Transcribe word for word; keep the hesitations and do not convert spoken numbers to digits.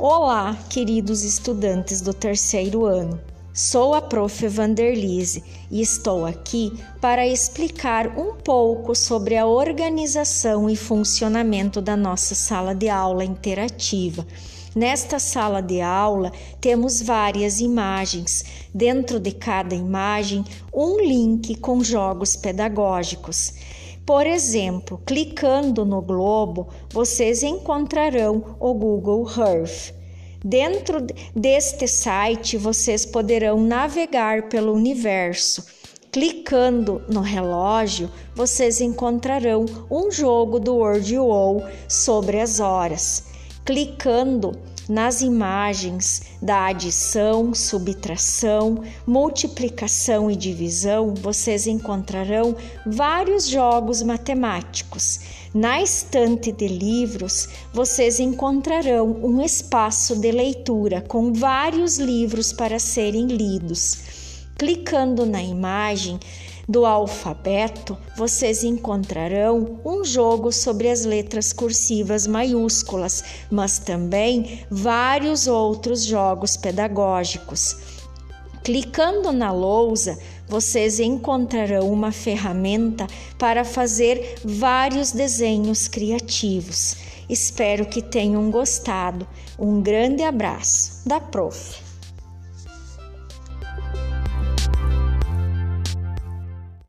Olá, queridos estudantes do terceiro ano. Sou a prof Vanderlise e estou aqui para explicar um pouco sobre a organização e funcionamento da nossa sala de aula interativa. Nesta sala de aula, temos várias imagens. Dentro de cada imagem, um link com jogos pedagógicos. Por exemplo, clicando no globo, vocês encontrarão o Google Earth. Dentro deste site, vocês poderão navegar pelo universo. Clicando no relógio, vocês encontrarão um jogo do WordWall sobre as horas. Clicando nas imagens da adição, subtração, multiplicação e divisão, vocês encontrarão vários jogos matemáticos. Na estante de livros, vocês encontrarão um espaço de leitura com vários livros para serem lidos. Clicando na imagem do alfabeto, vocês encontrarão um jogo sobre as letras cursivas maiúsculas, mas também vários outros jogos pedagógicos. Clicando na lousa, vocês encontrarão uma ferramenta para fazer vários desenhos criativos. Espero que tenham gostado. Um grande abraço da prof